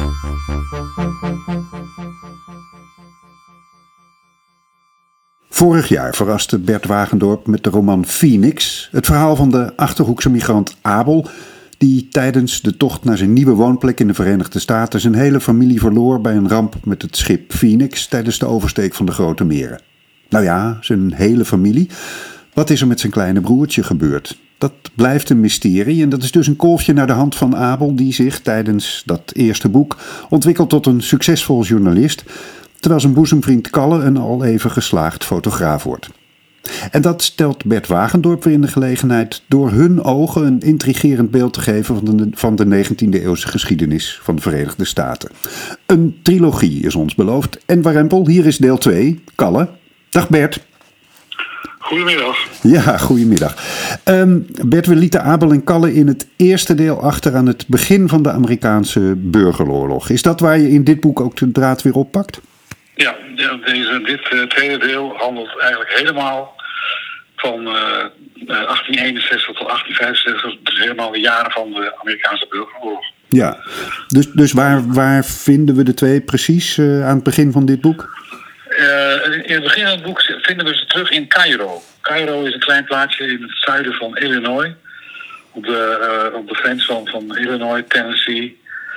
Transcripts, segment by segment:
Vorig jaar verraste Bert Wagendorp met de roman Phoenix, het verhaal van de Achterhoekse migrant Abel, die tijdens de tocht naar zijn nieuwe woonplek in de Verenigde Staten zijn hele familie verloor bij een ramp met het schip Phoenix tijdens de oversteek van de Grote Meren. Nou ja, zijn hele familie. Wat is er met zijn kleine broertje gebeurd? Dat blijft een mysterie en dat is dus een kolfje naar de hand van Abel, die zich tijdens dat eerste boek ontwikkelt tot een succesvol journalist, terwijl zijn boezemvriend Kalle een al even geslaagd fotograaf wordt. En dat stelt Bert Wagendorp weer in de gelegenheid door hun ogen een intrigerend beeld te geven van de 19e eeuwse geschiedenis van de Verenigde Staten. Een trilogie is ons beloofd. En Warempel, hier is deel 2, Kalle. Dag Bert. Goedemiddag. Ja, goedemiddag. Bert, we lieten Abel en Kalle in het eerste deel achter aan het begin van de Amerikaanse burgeroorlog. Is dat waar je in dit boek ook de draad weer oppakt? Ja, dit tweede deel handelt eigenlijk helemaal van 1861 tot 1865. Dus helemaal de jaren van de Amerikaanse burgeroorlog. Ja, dus waar vinden we de twee precies aan het begin van dit boek? In het begin van het boek vinden we ze terug in Cairo. Cairo is een klein plaatsje in het zuiden van Illinois. Op de grens van Illinois, Tennessee.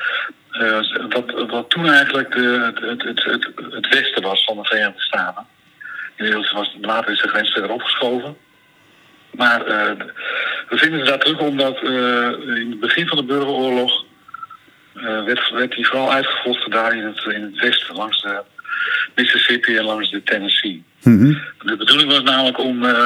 Wat toen eigenlijk het westen was van de Verenigde Staten. Later is de grens verder opgeschoven. Maar we vinden ze daar terug omdat in het begin van de burgeroorlog werd die vooral uitgevochten daar in het westen, langs de Mississippi en langs de Tennessee. Mm-hmm. De bedoeling was namelijk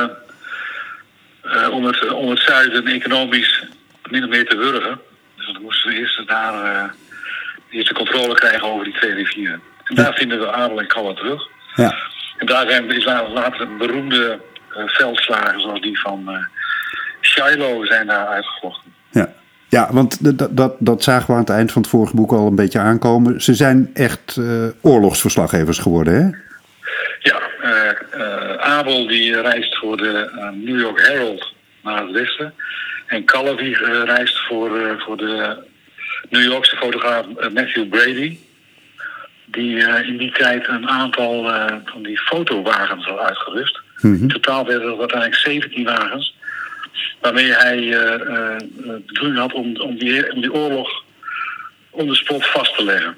om het zuiden economisch min of meer te wurgen. Dus dan moesten we eerst daar de controle krijgen over die twee rivieren. En daar vinden we Abel en Kalle terug. Ja. En daar zijn later beroemde veldslagen zoals die van Shiloh zijn daar uitgevochten. Ja, want dat zagen we aan het eind van het vorige boek al een beetje aankomen. Ze zijn echt oorlogsverslaggevers geworden, hè? Ja, Abel die reist voor de New York Herald naar het westen. En Kalle die reist voor de New Yorkse fotograaf Matthew Brady. Die in die tijd een aantal van die fotowagens had uitgerust. Mm-hmm. In totaal werden er uiteindelijk 17 wagens. Waarmee hij de bedoeling had om die oorlog on the spot vast te leggen.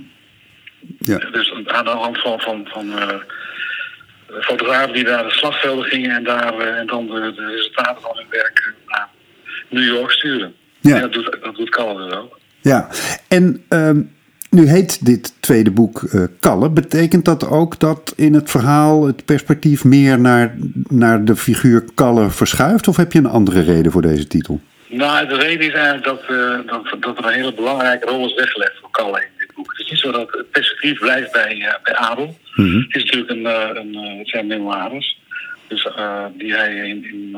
Ja. Dus aan de hand van fotografen die naar de slagvelden gingen en dan de resultaten van hun werk naar New York sturen. Ja. En dat doet Kalle dus ook. Ja, en nu heet dit tweede boek Kalle. Betekent dat ook dat in het verhaal het perspectief meer naar de figuur Kalle verschuift? Of heb je een andere reden voor deze titel? Nou, de reden is eigenlijk dat er een hele belangrijke rol is weggelegd voor Kalle in dit boek. Het is niet zo dat het perspectief blijft bij Abel. Mm-hmm. Het is natuurlijk het zijn memoires. Dus die hij in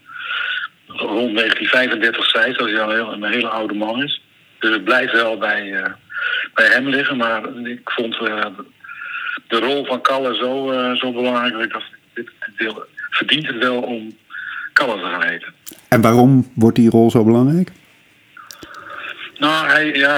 rond 1935 schrijft, dat hij al een hele oude man is. Dus het blijft wel bij hem liggen, maar ik vond de rol van Kalle zo belangrijk dat dit deel verdient het wel om Kalle te gaan heten. En waarom wordt die rol zo belangrijk? Nou,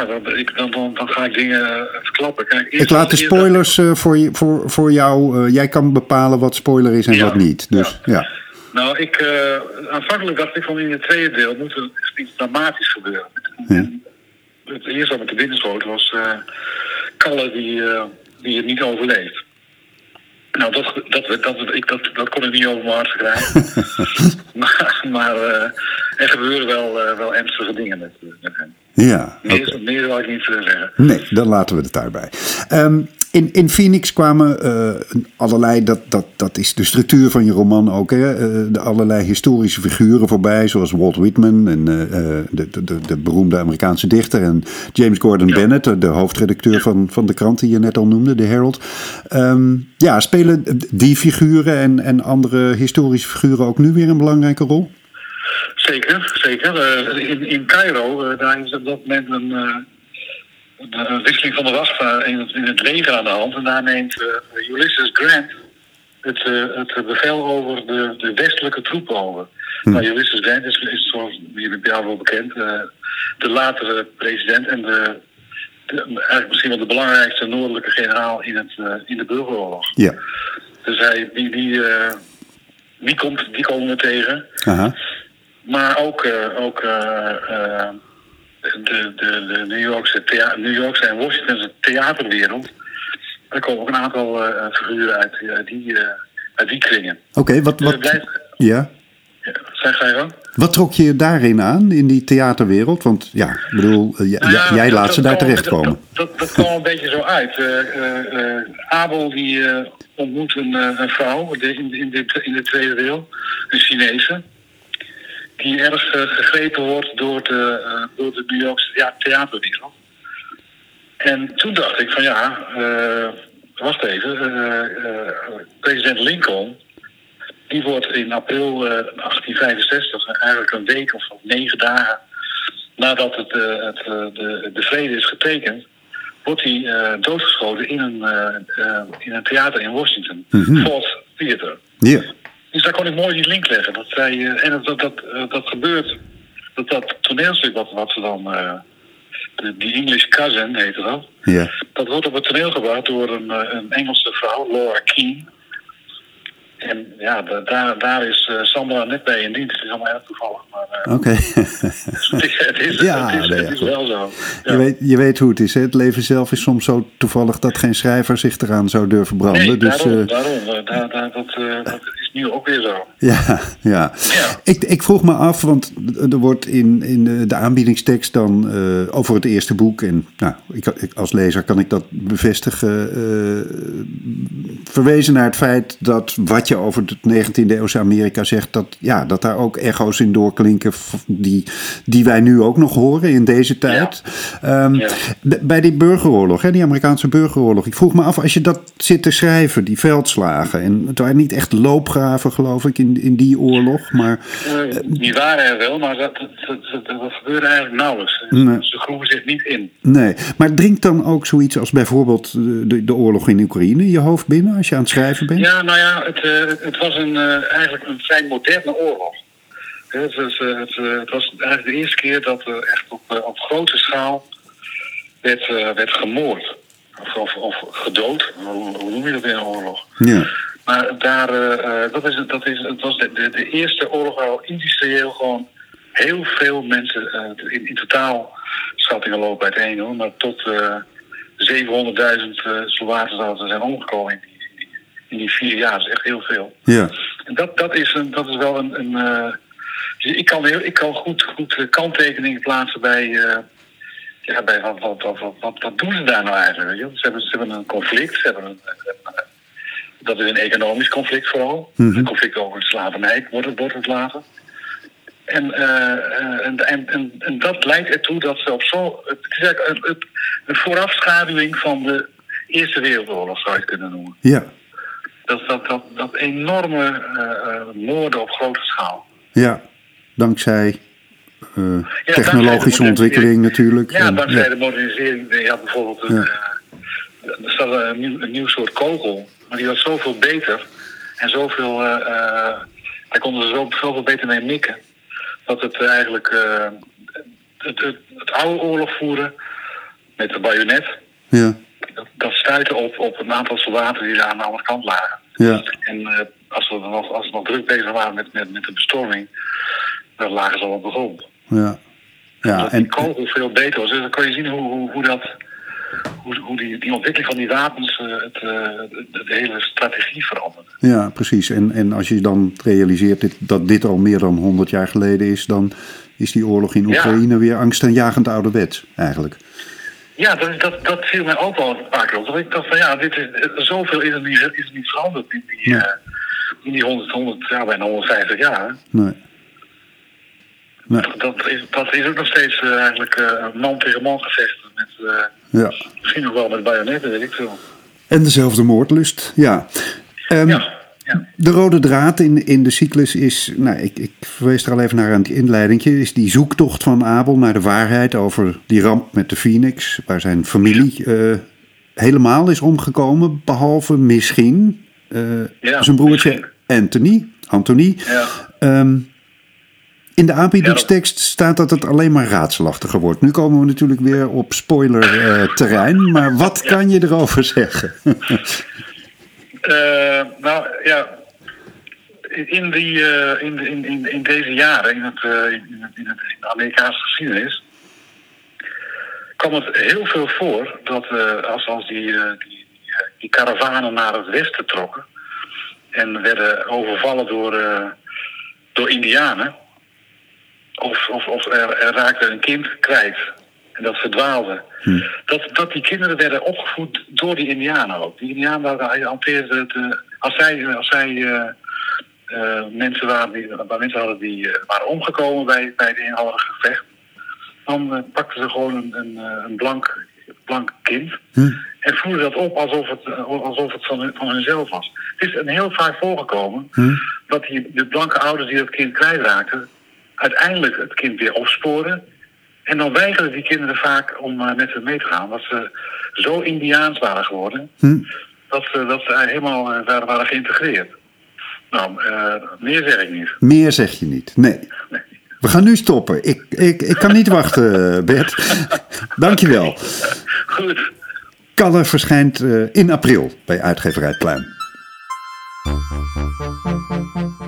dan ga ik dingen verklappen. Kijk, ik laat de spoilers voor jou. Jij kan bepalen wat spoiler is en wat niet. Dus, ja. Nou, aanvankelijk dacht ik van in het tweede deel moet er iets dramatisch gebeuren. Ja. Het eerste wat me te binnen schoot was Kalle die het niet overleeft. Nou, dat kon ik niet over mijn hart krijgen. maar er gebeuren wel ernstige dingen met hem. Ja, meer wil ik niet zeggen. Nee, dan laten we het daarbij. In Phoenix kwamen allerlei, dat is de structuur van je roman ook, hè, de allerlei historische figuren voorbij, zoals Walt Whitman en de beroemde Amerikaanse dichter en James Gordon Bennett, de hoofdredacteur van de krant die je net al noemde, de Herald. Spelen die figuren en andere historische figuren ook nu weer een belangrijke rol? Zeker. In Cairo, daar is op dat moment een wisseling van de wacht in het leger aan de hand. En daar neemt Ulysses Grant het bevel over de westelijke troepen over. Nou, Ulysses Grant is zoals jullie bij jou wel bekend, de latere president en eigenlijk misschien wel de belangrijkste noordelijke generaal in de burgeroorlog. Ja. Dus die komen we tegen. Aha. Maar ook de New Yorkse en Washingtonse theaterwereld. Er komen ook een aantal figuren uit die kringen. Oké, wat... Ja. Ga je gang? Wat trok je daarin aan, in die theaterwereld? Want ja, ik bedoel, jij laat ze daar terechtkomen. Dat kwam een beetje zo uit. Abel die ontmoet een vrouw in de tweede deel, een Chinese, die erg gegrepen wordt door de New Yorkse theaterwereld. En toen dacht ik van wacht even, president Lincoln, die wordt in april 1865, eigenlijk een week of 9 dagen nadat de vrede is getekend, wordt hij doodgeschoten in een theater in Washington, Ford Theater. Ja. Dus daar kon ik mooi die link leggen. Dat gebeurt, dat toneelstuk wat ze dan, die English Cousin heette dat, dat wordt op het toneel gebracht door een Engelse vrouw, Laura Keane. En ja, daar is Sandra net bij in dienst. Het is allemaal heel toevallig. Oké. Het is wel zo. Ja. Je weet hoe het is. Hè? Het leven zelf is soms zo toevallig dat geen schrijver zich eraan zou durven branden. Nee, dus, daarom. Dat is nu ook weer zo. Ja. Ik vroeg me af, want er wordt in de aanbiedingstekst dan over het eerste boek. En nou, ik als lezer kan ik dat bevestigen. Verwezen naar het feit dat wat je over het 19e eeuwse Amerika zegt, dat daar ook echo's in doorklinken die wij nu ook nog horen in deze tijd. Bij die burgeroorlog, die Amerikaanse burgeroorlog. Ik vroeg me af, als je dat zit te schrijven, die veldslagen, en het waren niet echt loopgraven, geloof ik, in die oorlog, maar... die waren er wel, maar dat gebeurde eigenlijk nauwelijks. Nee. Ze groeven zich niet in. Nee, maar dringt dan ook zoiets als bijvoorbeeld de oorlog in Oekraïne je hoofd binnen als je aan het schrijven bent? Ja, nou ja, het was eigenlijk een vrij moderne oorlog. Het was eigenlijk de eerste keer dat er echt op grote schaal werd gemoord. Of gedood, hoe noem je dat in een oorlog? Ja. Maar het was de eerste oorlog waar industrieel gewoon heel veel mensen, in totaal schattingen lopen uiteen hoor, maar tot 700.000 soldaten zouden zijn omgekomen in die 4 jaar. Dat is echt heel veel. Ja. En dat is wel een ik kan goed kanttekeningen plaatsen bij wat doen ze daar nou eigenlijk? Weet je? Ze hebben een conflict. Dat is een economisch conflict vooral. Een conflict over de slavernij wordt het later. En dat leidt ertoe dat ze het is eigenlijk een voorafschaduwing van de Eerste Wereldoorlog, zou je het kunnen noemen. Ja. Dat enorme moorden op grote schaal. Ja, dankzij technologische ontwikkeling natuurlijk. Ja, dankzij de modernisering. Ja, bijvoorbeeld er staat een nieuw soort kogel, maar die was zoveel beter en zoveel. Daar konden ze zoveel beter mee mikken. Dat het eigenlijk het oude oorlog voeren met de bajonet. Ja. Dat stuitte op een aantal soldaten die daar aan de andere kant lagen. Ja. En als ze nog druk bezig waren met de bestorming, dan lagen ze al op de grond. Ja. Ja, en die kogel veel beter was. Dus dan kan je zien hoe die ontwikkeling van die wapens de hele strategie veranderde. Ja, precies. En als je dan realiseert dat dit al meer dan 100 jaar geleden is, dan is die oorlog in Oekraïne weer angstaanjagend ouderwets eigenlijk. Ja, dat viel mij ook wel een paar keer op. Dat ik dacht van zoveel is het niet veranderd in die 100 jaar, bijna 150 jaar. Nee. Dat is ook nog steeds eigenlijk man tegen man gevechten. Misschien nog wel met bajonetten, weet ik veel. En dezelfde moordlust, ja. De rode draad in de cyclus is, ik verwees er al even naar aan het inleidingje, is die zoektocht van Abel naar de waarheid over die ramp met de Phoenix, waar zijn familie helemaal is omgekomen, behalve misschien zijn broertje Anthony. Ja. In de aanbiedingstekst staat dat het alleen maar raadselachtiger wordt. Nu komen we natuurlijk weer op spoiler terrein. Maar wat kan je erover zeggen? Nou ja, in deze jaren, in de Amerikaanse geschiedenis, kwam het heel veel voor dat als die karavanen naar het westen trokken en werden overvallen door Indianen, of er raakte een kind kwijt en dat verdwaalde. Dat die kinderen werden opgevoed door die Indianen ook. Die Indianen hanteerden als zij mensen hadden die waren omgekomen bij het eenhallige gevecht, dan pakten ze gewoon een blank kind en voerden dat op alsof het van hunzelf was. Het is heel vaak voorgekomen dat de blanke ouders die dat kind kwijtraakten, uiteindelijk het kind weer opsporen. En dan weigerden die kinderen vaak om met ze mee te gaan, dat ze zo Indiaans waren geworden, dat ze helemaal waren geïntegreerd. Nou, meer zeg ik niet. Meer zeg je niet, nee. We gaan nu stoppen. Ik kan niet wachten, Bert. Dankjewel. Goed. Kalle verschijnt in april bij uitgeverij Pluim.